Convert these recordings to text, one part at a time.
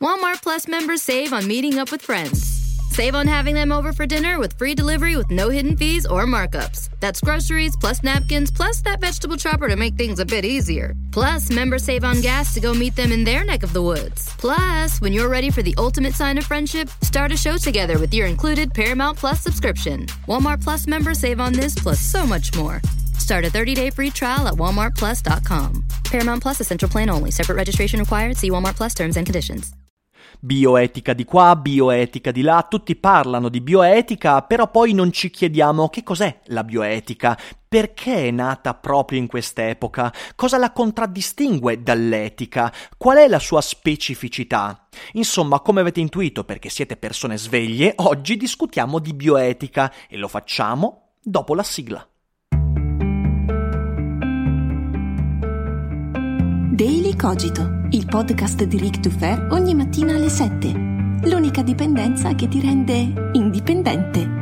Walmart Plus members save on meeting up with friends. Save on having them over for dinner with free delivery with no hidden fees or markups. That's groceries, plus napkins, plus that vegetable chopper to make things a bit easier. Plus, members save on gas to go meet them in their neck of the woods. Plus, when you're ready for the ultimate sign of friendship, start a show together with your included Paramount Plus subscription. Walmart Plus members save on this plus so much more. Start a 30-day free trial at walmartplus.com. Paramount Plus Essential Plan only. Separate registration required. See Walmart Plus terms and conditions. Bioetica di qua, bioetica di là, tutti parlano di bioetica, però poi non ci chiediamo che cos'è la bioetica, perché è nata proprio in quest'epoca, cosa la contraddistingue dall'etica, qual è la sua specificità. Insomma, come avete intuito, perché siete persone sveglie, oggi discutiamo di bioetica e lo facciamo dopo la sigla. Daily Cogito, il podcast di Ric Dufer ogni mattina alle 7. L'unica dipendenza che ti rende indipendente.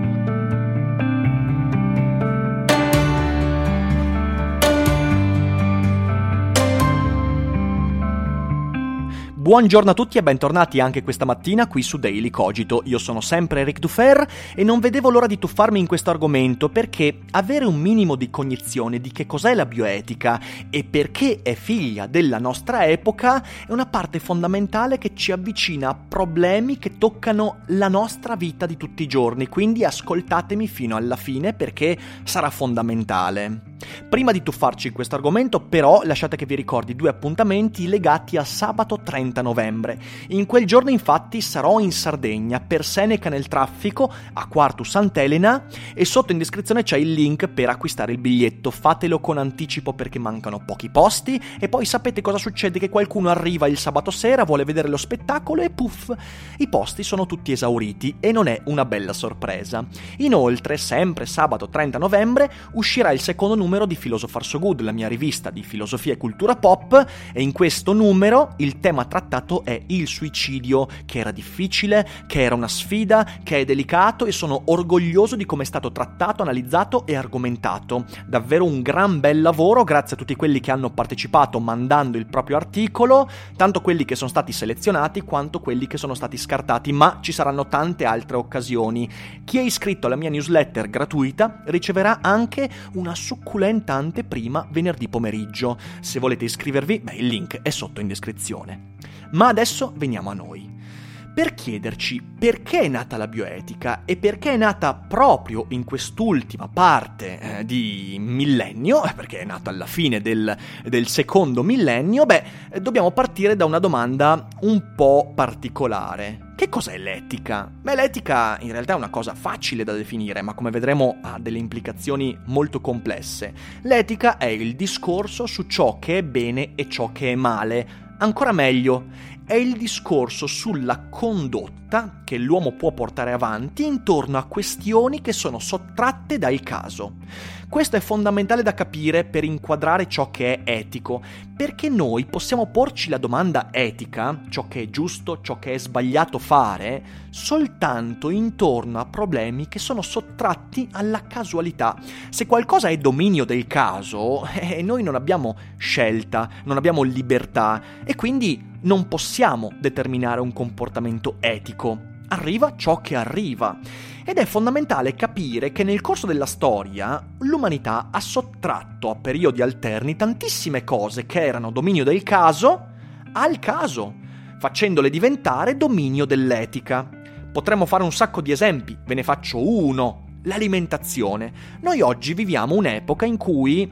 Buongiorno a tutti e bentornati anche questa mattina qui su Daily Cogito. Io sono sempre Ric Dufer e non vedevo l'ora di tuffarmi in questo argomento perché avere un minimo di cognizione di che cos'è la bioetica e perché è figlia della nostra epoca è una parte fondamentale che ci avvicina a problemi che toccano la nostra vita di tutti i giorni, quindi ascoltatemi fino alla fine perché sarà fondamentale. Prima di tuffarci in questo argomento, però, lasciate che vi ricordi 2 appuntamenti legati a sabato 30 novembre. In quel giorno, infatti, sarò in Sardegna, per Seneca nel traffico, a Quartu Sant'Elena, e sotto in descrizione c'è il link per acquistare il biglietto. Fatelo con anticipo perché mancano pochi posti, e poi sapete cosa succede? Che qualcuno arriva il sabato sera, vuole vedere lo spettacolo e puff, i posti sono tutti esauriti e non è una bella sorpresa. Inoltre, sempre sabato 30 novembre, uscirà il secondo numero di Philosopher So Good, la mia rivista di filosofia e cultura pop, e in questo numero il tema trattato è il suicidio, che era difficile, che era una sfida, che è delicato e sono orgoglioso di come è stato trattato, analizzato e argomentato. Davvero un gran bel lavoro, grazie a tutti quelli che hanno partecipato mandando il proprio articolo, tanto quelli che sono stati selezionati quanto quelli che sono stati scartati, ma ci saranno tante altre occasioni. Chi è iscritto alla mia newsletter gratuita riceverà anche una succulenta anteprima venerdì pomeriggio. Se volete iscrivervi, il link è sotto in descrizione. Ma adesso veniamo a noi. Per chiederci perché è nata la bioetica e perché è nata proprio in quest'ultima parte di millennio, perché è nata alla fine del secondo millennio, dobbiamo partire da una domanda un po' particolare. Che cos'è l'etica? L'etica in realtà è una cosa facile da definire, ma come vedremo ha delle implicazioni molto complesse. L'etica è il discorso su ciò che è bene e ciò che è male. Ancora meglio, è il discorso sulla condotta che l'uomo può portare avanti intorno a questioni che sono sottratte dal caso. Questo è fondamentale da capire per inquadrare ciò che è etico, perché noi possiamo porci la domanda etica, ciò che è giusto, ciò che è sbagliato fare, soltanto intorno a problemi che sono sottratti alla casualità. Se qualcosa è dominio del caso, noi non abbiamo scelta, non abbiamo libertà e quindi non possiamo determinare un comportamento etico. Arriva ciò che arriva. Ed è fondamentale capire che nel corso della storia l'umanità ha sottratto a periodi alterni tantissime cose che erano dominio del caso al caso, facendole diventare dominio dell'etica. Potremmo fare un sacco di esempi, ve ne faccio uno: l'alimentazione. Noi oggi viviamo un'epoca in cui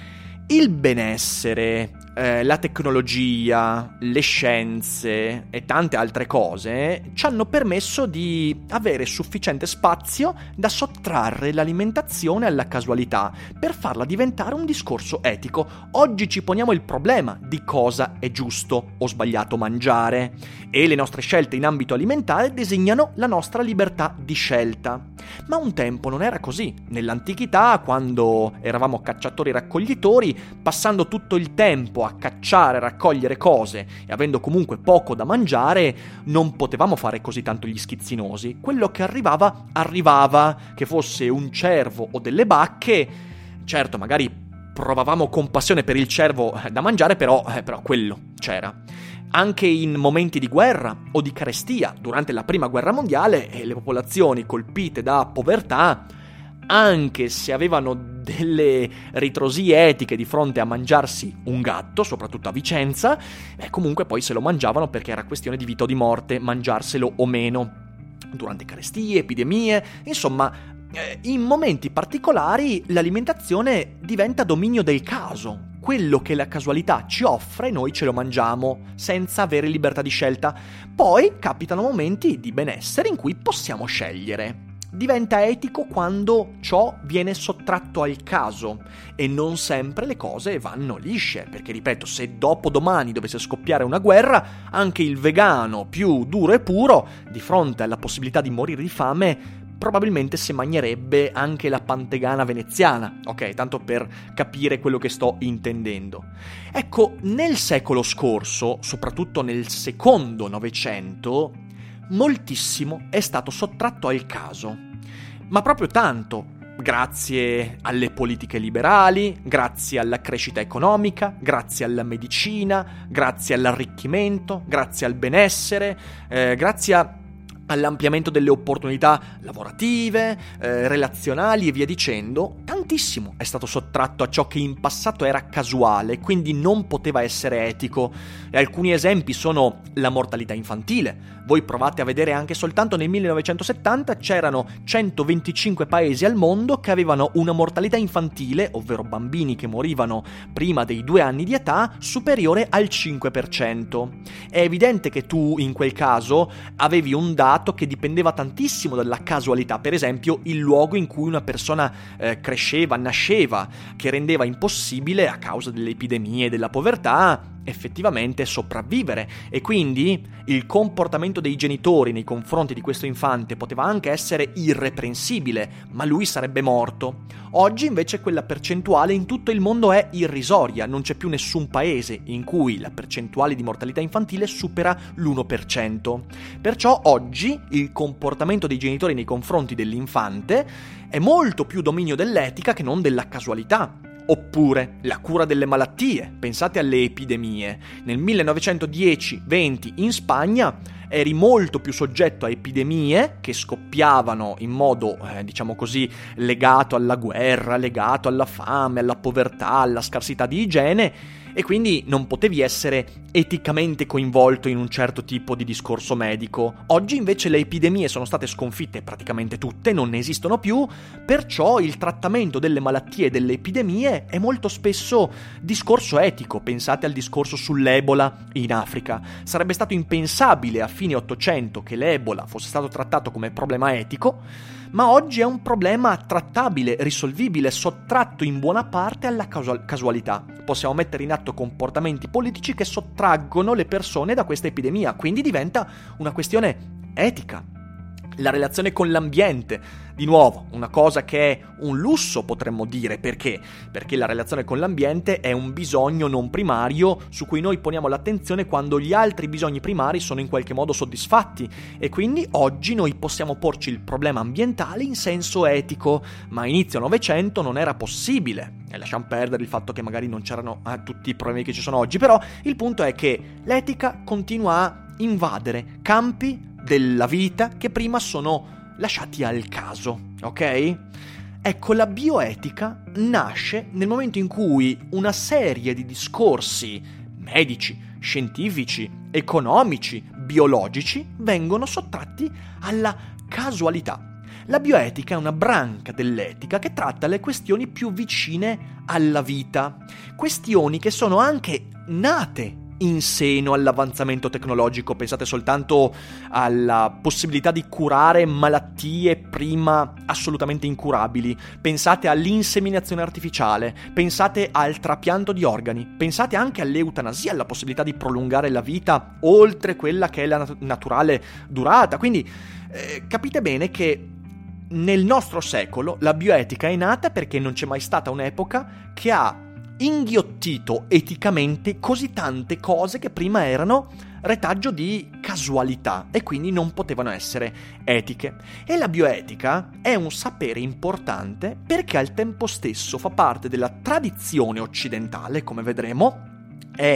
il benessere, la tecnologia, le scienze e tante altre cose ci hanno permesso di avere sufficiente spazio da sottrarre l'alimentazione alla casualità per farla diventare un discorso etico. Oggi ci poniamo il problema di cosa è giusto o sbagliato mangiare e le nostre scelte in ambito alimentare designano la nostra libertà di scelta. Ma un tempo non era così. Nell'antichità, quando eravamo cacciatori-raccoglitori, passando tutto il tempo a cacciare, raccogliere cose e avendo comunque poco da mangiare, non potevamo fare così tanto gli schizzinosi. Quello che arrivava, che fosse un cervo o delle bacche. Certo, magari provavamo compassione per il cervo da mangiare, però quello c'era. Anche in momenti di guerra o di carestia, durante la Prima Guerra Mondiale, le popolazioni colpite da povertà, anche se avevano delle ritrosie etiche di fronte a mangiarsi un gatto, soprattutto a Vicenza, comunque poi se lo mangiavano perché era questione di vita o di morte, mangiarselo o meno. Durante carestie, epidemie, insomma, in momenti particolari l'alimentazione diventa dominio del caso. Quello che la casualità ci offre, noi ce lo mangiamo, senza avere libertà di scelta. Poi capitano momenti di benessere in cui possiamo scegliere. Diventa etico quando ciò viene sottratto al caso e non sempre le cose vanno lisce, perché ripeto, se dopodomani dovesse scoppiare una guerra, anche il vegano più duro e puro, di fronte alla possibilità di morire di fame, probabilmente si mangerebbe anche la pantegana veneziana, ok? Tanto per capire quello che sto intendendo. Ecco, nel secolo scorso, soprattutto nel secondo Novecento, moltissimo è stato sottratto al caso, ma proprio tanto, grazie alle politiche liberali, grazie alla crescita economica, grazie alla medicina, grazie all'arricchimento, grazie al benessere, grazie all'ampliamento delle opportunità lavorative, relazionali e via dicendo. Tantissimo è stato sottratto a ciò che in passato era casuale, quindi non poteva essere etico. E alcuni esempi sono la mortalità infantile. Voi provate a vedere anche soltanto nel 1970 c'erano 125 paesi al mondo che avevano una mortalità infantile, ovvero bambini che morivano prima dei 2 anni di età, superiore al 5%. È evidente che tu in quel caso avevi un dato che dipendeva tantissimo dalla casualità, per esempio il luogo in cui una persona cresceva, nasceva, che rendeva impossibile, a causa delle epidemie e della povertà, effettivamente sopravvivere, e quindi il comportamento dei genitori nei confronti di questo infante poteva anche essere irreprensibile, ma lui sarebbe morto. Oggi invece quella percentuale in tutto il mondo è irrisoria, non c'è più nessun paese in cui la percentuale di mortalità infantile supera l'1%. Perciò oggi il comportamento dei genitori nei confronti dell'infante è molto più dominio dell'etica che non della casualità. Oppure la cura delle malattie, pensate alle epidemie. Nel 1910-20 in Spagna eri molto più soggetto a epidemie che scoppiavano in modo, diciamo così, legato alla guerra, legato alla fame, alla povertà, alla scarsità di igiene, e quindi non potevi essere eticamente coinvolto in un certo tipo di discorso medico. Oggi invece le epidemie sono state sconfitte praticamente tutte, non ne esistono più, perciò il trattamento delle malattie e delle epidemie è molto spesso discorso etico. Pensate al discorso sull'Ebola in Africa. Sarebbe stato impensabile a fine 800 che l'Ebola fosse stato trattato come problema etico, ma oggi è un problema trattabile, risolvibile, sottratto in buona parte alla casualità. Possiamo mettere in atto comportamenti politici che sottraggono le persone da questa epidemia, quindi diventa una questione etica. La relazione con l'ambiente, di nuovo, una cosa che è un lusso, potremmo dire. Perché? Perché la relazione con l'ambiente è un bisogno non primario su cui noi poniamo l'attenzione quando gli altri bisogni primari sono in qualche modo soddisfatti, e quindi oggi noi possiamo porci il problema ambientale in senso etico, ma a inizio Novecento non era possibile. E lasciamo perdere il fatto che magari non c'erano tutti i problemi che ci sono oggi, però il punto è che l'etica continua a invadere campi della vita che prima sono lasciati al caso, ok? Ecco, la bioetica nasce nel momento in cui una serie di discorsi medici, scientifici, economici, biologici vengono sottratti alla casualità. La bioetica è una branca dell'etica che tratta le questioni più vicine alla vita, questioni che sono anche nate in seno all'avanzamento tecnologico. Pensate soltanto alla possibilità di curare malattie prima assolutamente incurabili, pensate all'inseminazione artificiale, pensate al trapianto di organi, pensate anche all'eutanasia, alla possibilità di prolungare la vita oltre quella che è la naturale durata. Quindi capite bene che nel nostro secolo la bioetica è nata perché non c'è mai stata un'epoca che ha inghiottito eticamente così tante cose che prima erano retaggio di casualità e quindi non potevano essere etiche. E la bioetica è un sapere importante perché al tempo stesso fa parte della tradizione occidentale, come vedremo, è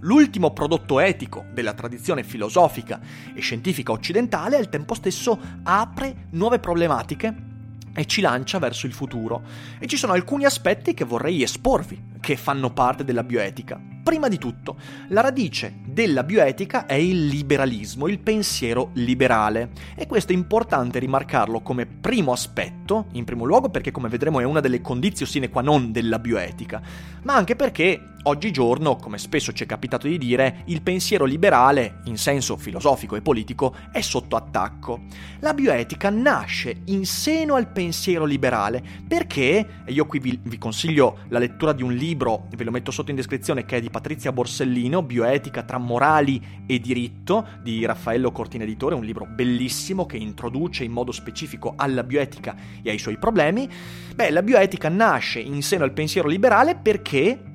l'ultimo prodotto etico della tradizione filosofica e scientifica occidentale, al tempo stesso apre nuove problematiche e ci lancia verso il futuro. E ci sono alcuni aspetti che vorrei esporvi, che fanno parte della bioetica. Prima di tutto, la radice della bioetica è il liberalismo, il pensiero liberale. E questo è importante rimarcarlo come primo aspetto, in primo luogo perché, come vedremo, è una delle conditio sine qua non della bioetica, ma anche perché oggigiorno, come spesso ci è capitato di dire, il pensiero liberale, in senso filosofico e politico, è sotto attacco. La bioetica nasce in seno al pensiero liberale perché, e io qui vi consiglio la lettura di un libro, ve lo metto sotto in descrizione, che è di Patrizia Borsellino, Bioetica tra morali e diritto, di Raffaello Cortina Editore, un libro bellissimo che introduce in modo specifico alla bioetica e ai suoi problemi. La bioetica nasce in seno al pensiero liberale perché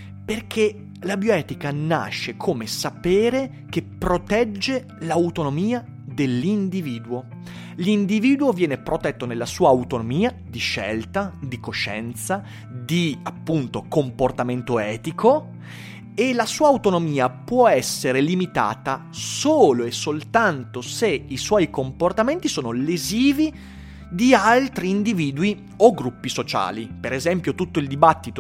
la bioetica nasce come sapere che protegge l'autonomia dell'individuo. L'individuo viene protetto nella sua autonomia di scelta, di coscienza, di appunto comportamento etico, e la sua autonomia può essere limitata solo e soltanto se i suoi comportamenti sono lesivi di altri individui o gruppi sociali. Per esempio, tutto il dibattito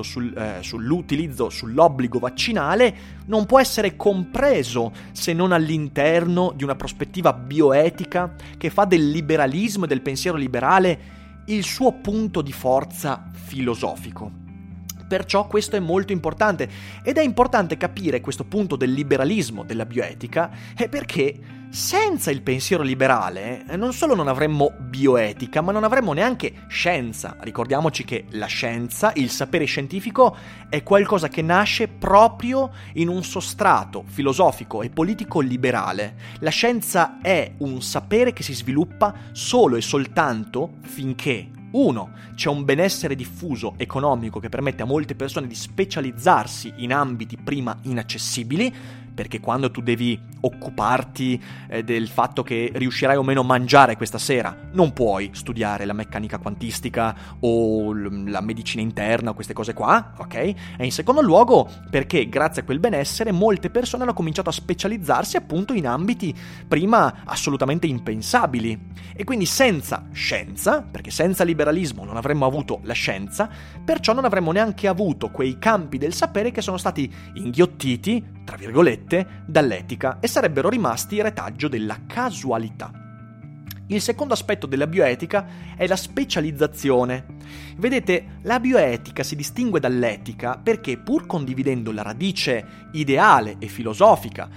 sull'obbligo vaccinale non può essere compreso se non all'interno di una prospettiva bioetica che fa del liberalismo e del pensiero liberale il suo punto di forza filosofico. Perciò questo è molto importante, ed è importante capire questo punto del liberalismo della bioetica, perché senza il pensiero liberale non solo non avremmo bioetica, ma non avremmo neanche scienza. Ricordiamoci che la scienza, il sapere scientifico, è qualcosa che nasce proprio in un sostrato filosofico e politico liberale. La scienza è un sapere che si sviluppa solo e soltanto finché 1. C'è un benessere diffuso economico che permette a molte persone di specializzarsi in ambiti prima inaccessibili, perché quando tu devi occuparti del fatto che riuscirai o meno a mangiare questa sera, non puoi studiare la meccanica quantistica o la medicina interna o queste cose qua, ok? E in secondo luogo perché grazie a quel benessere molte persone hanno cominciato a specializzarsi appunto in ambiti prima assolutamente impensabili. E quindi senza scienza, perché senza liberalismo non avremmo avuto la scienza, perciò non avremmo neanche avuto quei campi del sapere che sono stati inghiottiti, tra virgolette, dall'etica e sarebbero rimasti retaggio della casualità. Il secondo aspetto della bioetica è la specializzazione. Vedete, la bioetica si distingue dall'etica perché, pur condividendo la radice ideale e filosofica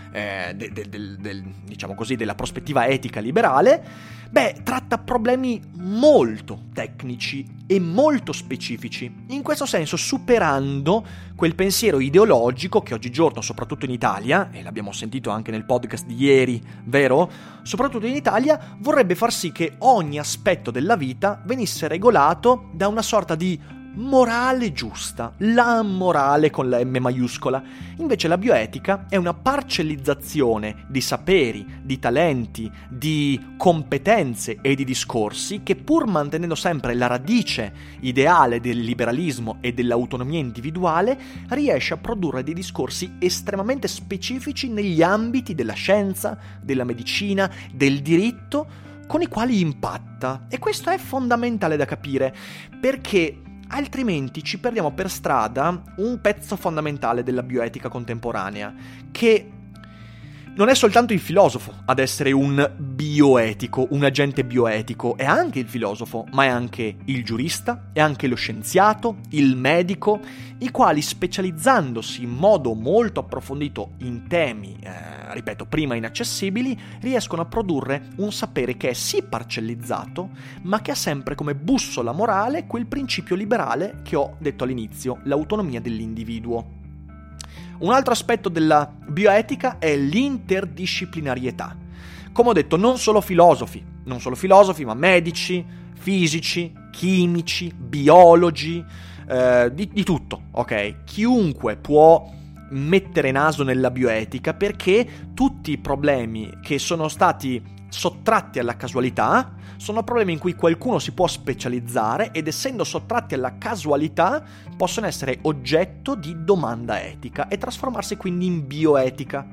diciamo così, della prospettiva etica liberale, tratta problemi molto tecnici e molto specifici, in questo senso superando quel pensiero ideologico che oggigiorno, soprattutto in Italia, e l'abbiamo sentito anche nel podcast di ieri, vero? Soprattutto in Italia, vorrebbe far sì che ogni aspetto della vita venisse regolato da una sorta di morale giusta, la morale con la M maiuscola. Invece la bioetica è una parcellizzazione di saperi, di talenti, di competenze e di discorsi che, pur mantenendo sempre la radice ideale del liberalismo e dell'autonomia individuale, riesce a produrre dei discorsi estremamente specifici negli ambiti della scienza, della medicina, del diritto, con i quali impatta. E questo è fondamentale da capire, perché altrimenti ci perdiamo per strada un pezzo fondamentale della bioetica contemporanea, che non è soltanto il filosofo ad essere un bioetico, un agente bioetico, è anche il filosofo, ma è anche il giurista, è anche lo scienziato, il medico, i quali, specializzandosi in modo molto approfondito in temi, ripeto, prima inaccessibili, riescono a produrre un sapere che è sì parcellizzato, ma che ha sempre come bussola morale quel principio liberale che ho detto all'inizio, l'autonomia dell'individuo. Un altro aspetto della bioetica è l'interdisciplinarietà. Come ho detto, non solo filosofi, ma medici, fisici, chimici, biologi, di tutto, ok? Chiunque può mettere naso nella bioetica, perché tutti i problemi che sono stati sottratti alla casualità sono problemi in cui qualcuno si può specializzare ed essendo sottratti alla casualità possono essere oggetto di domanda etica e trasformarsi quindi in bioetica.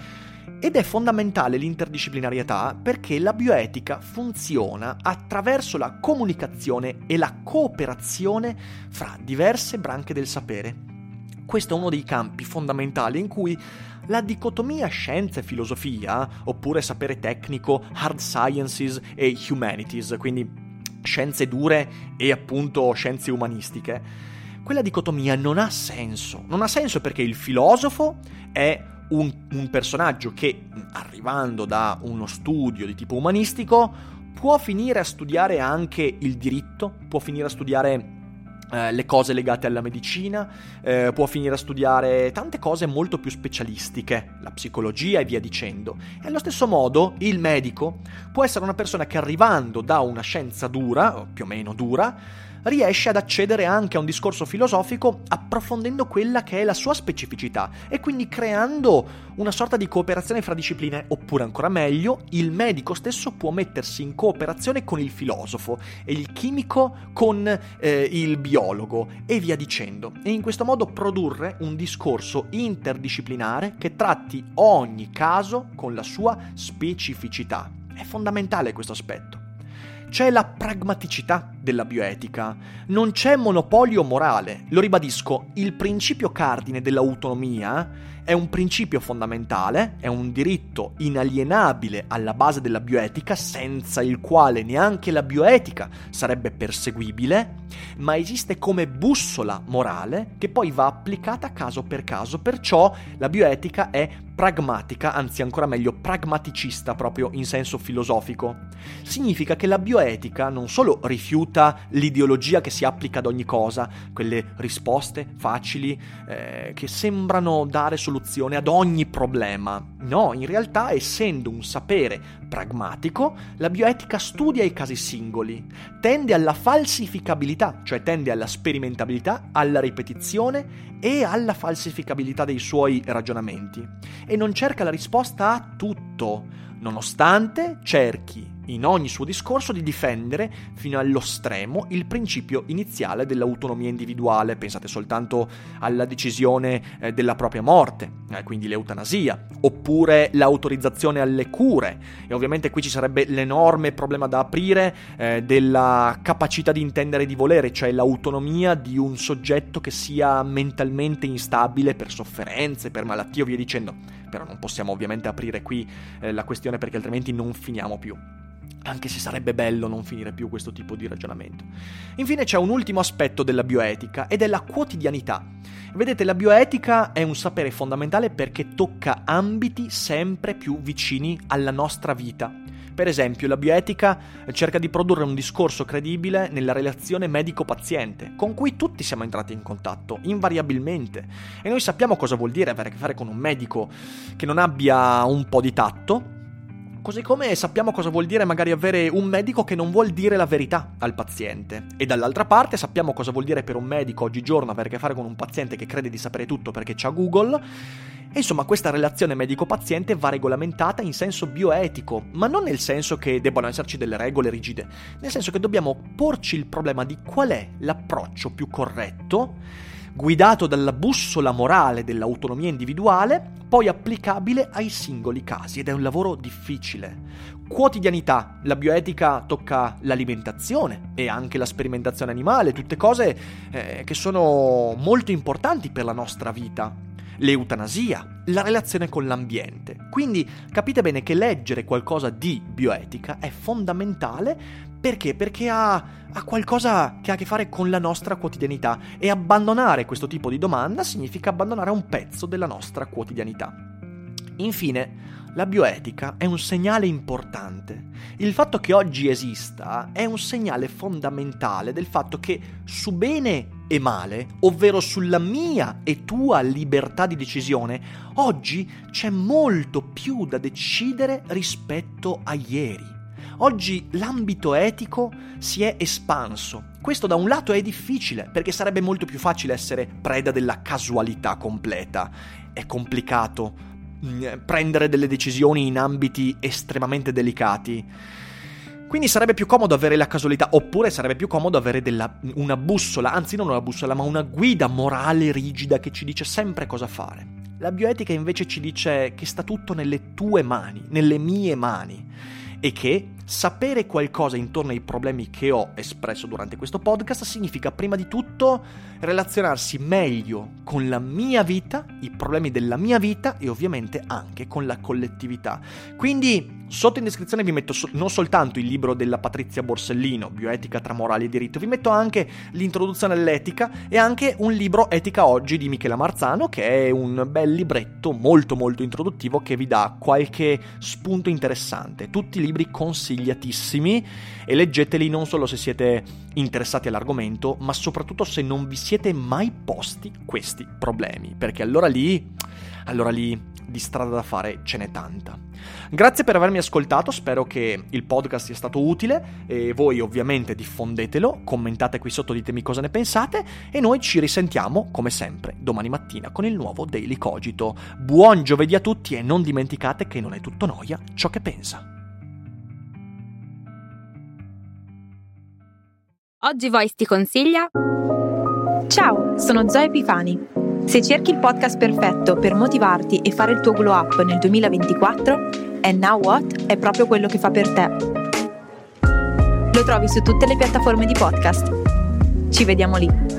Ed è fondamentale l'interdisciplinarietà perché la bioetica funziona attraverso la comunicazione e la cooperazione fra diverse branche del sapere. Questo è uno dei campi fondamentali in cui la dicotomia scienza e filosofia, oppure sapere tecnico, hard sciences e humanities, quindi scienze dure e appunto scienze umanistiche, quella dicotomia non ha senso. Non ha senso perché il filosofo è un personaggio che, arrivando da uno studio di tipo umanistico, può finire a studiare anche il diritto, può finire a studiare le cose legate alla medicina, può finire a studiare tante cose molto più specialistiche, la psicologia e via dicendo. E allo stesso modo il medico può essere una persona che, arrivando da una scienza dura, o più o meno dura, riesce ad accedere anche a un discorso filosofico approfondendo quella che è la sua specificità e quindi creando una sorta di cooperazione fra discipline, oppure ancora meglio, il medico stesso può mettersi in cooperazione con il filosofo e il chimico con il biologo e via dicendo, e in questo modo produrre un discorso interdisciplinare che tratti ogni caso con la sua specificità. È fondamentale questo aspetto. C'è la pragmaticità della bioetica, non c'è monopolio morale. Lo ribadisco, il principio cardine dell'autonomia è un principio fondamentale, è un diritto inalienabile alla base della bioetica, senza il quale neanche la bioetica sarebbe perseguibile, ma esiste come bussola morale che poi va applicata caso per caso, perciò la bioetica è pragmatica, anzi ancora meglio pragmaticista proprio in senso filosofico. Significa che la bioetica non solo rifiuta l'ideologia che si applica ad ogni cosa, quelle risposte facili che sembrano dare soluzione ad ogni problema. No, in realtà, essendo un sapere pragmatico, la bioetica studia i casi singoli, tende alla falsificabilità, cioè tende alla sperimentabilità, alla ripetizione e alla falsificabilità dei suoi ragionamenti, e non cerca la risposta a tutto, nonostante cerchi in ogni suo discorso di difendere fino allo stremo il principio iniziale dell'autonomia individuale. Pensate soltanto alla decisione della propria morte, quindi l'eutanasia, oppure l'autorizzazione alle cure. E ovviamente qui ci sarebbe l'enorme problema da aprire della capacità di intendere e di volere, cioè l'autonomia di un soggetto che sia mentalmente instabile per sofferenze, per malattie o via dicendo. Però non possiamo ovviamente aprire qui la questione, perché altrimenti non finiamo più. Anche se sarebbe bello non finire più questo tipo di ragionamento. Infine c'è un ultimo aspetto della bioetica ed è la quotidianità. Vedete, la bioetica è un sapere fondamentale perché tocca ambiti sempre più vicini alla nostra vita. Per esempio, la bioetica cerca di produrre un discorso credibile nella relazione medico-paziente, con cui tutti siamo entrati in contatto, invariabilmente. E noi sappiamo cosa vuol dire avere a che fare con un medico che non abbia un po' di tatto, così come sappiamo cosa vuol dire magari avere un medico che non vuol dire la verità al paziente. E dall'altra parte sappiamo cosa vuol dire per un medico oggigiorno avere a che fare con un paziente che crede di sapere tutto perché c'ha Google. E insomma, questa relazione medico-paziente va regolamentata in senso bioetico, ma non nel senso che debbano esserci delle regole rigide, nel senso che dobbiamo porci il problema di qual è l'approccio più corretto, guidato dalla bussola morale dell'autonomia individuale, poi applicabile ai singoli casi, ed è un lavoro difficile. Quotidianità, la bioetica tocca l'alimentazione e anche la sperimentazione animale, tutte cose che sono molto importanti per la nostra vita. L'eutanasia, la relazione con l'ambiente. Quindi capite bene che leggere qualcosa di bioetica è fondamentale. Perché? Perché ha qualcosa che ha a che fare con la nostra quotidianità, e abbandonare questo tipo di domanda significa abbandonare un pezzo della nostra quotidianità. Infine, la bioetica è un segnale importante. Il fatto che oggi esista è un segnale fondamentale del fatto che su bene e male, ovvero sulla mia e tua libertà di decisione, oggi c'è molto più da decidere rispetto a ieri. Oggi l'ambito etico si è espanso. Questo da un lato è difficile, perché sarebbe molto più facile essere preda della casualità completa. è complicato prendere delle decisioni in ambiti estremamente delicati. Quindi sarebbe più comodo avere la casualità, oppure sarebbe più comodo avere una bussola, anzi non una bussola, ma una guida morale rigida che ci dice sempre cosa fare. La bioetica invece ci dice che sta tutto nelle tue mani, nelle mie mani, e che sapere qualcosa intorno ai problemi che ho espresso durante questo podcast significa prima di tutto relazionarsi meglio con la mia vita, i problemi della mia vita e ovviamente anche con la collettività. Quindi sotto in descrizione vi metto non soltanto il libro della Patrizia Borsellino, Bioetica tra morale e diritto, vi metto anche l'introduzione all'etica e anche un libro Etica Oggi di Michela Marzano, che è un bel libretto molto molto introduttivo che vi dà qualche spunto interessante. Tutti libri consigliatissimi e leggeteli non solo se siete interessati all'argomento, ma soprattutto se non vi siete mai posti questi problemi, perché allora lì di strada da fare ce n'è tanta. Grazie per avermi ascoltato, spero che il podcast sia stato utile e voi ovviamente diffondetelo, commentate qui sotto, ditemi cosa ne pensate e noi ci risentiamo come sempre domani mattina con il nuovo Daily Cogito. Buon giovedì a tutti e non dimenticate che non è tutto noia ciò che pensa. Oggi Voice ti consiglia. Ciao, sono Zoe Epifani. Se cerchi il podcast perfetto per motivarti e fare il tuo glow up nel 2024, And Now What è proprio quello che fa per te. Lo trovi su tutte le piattaforme di podcast. Ci vediamo lì.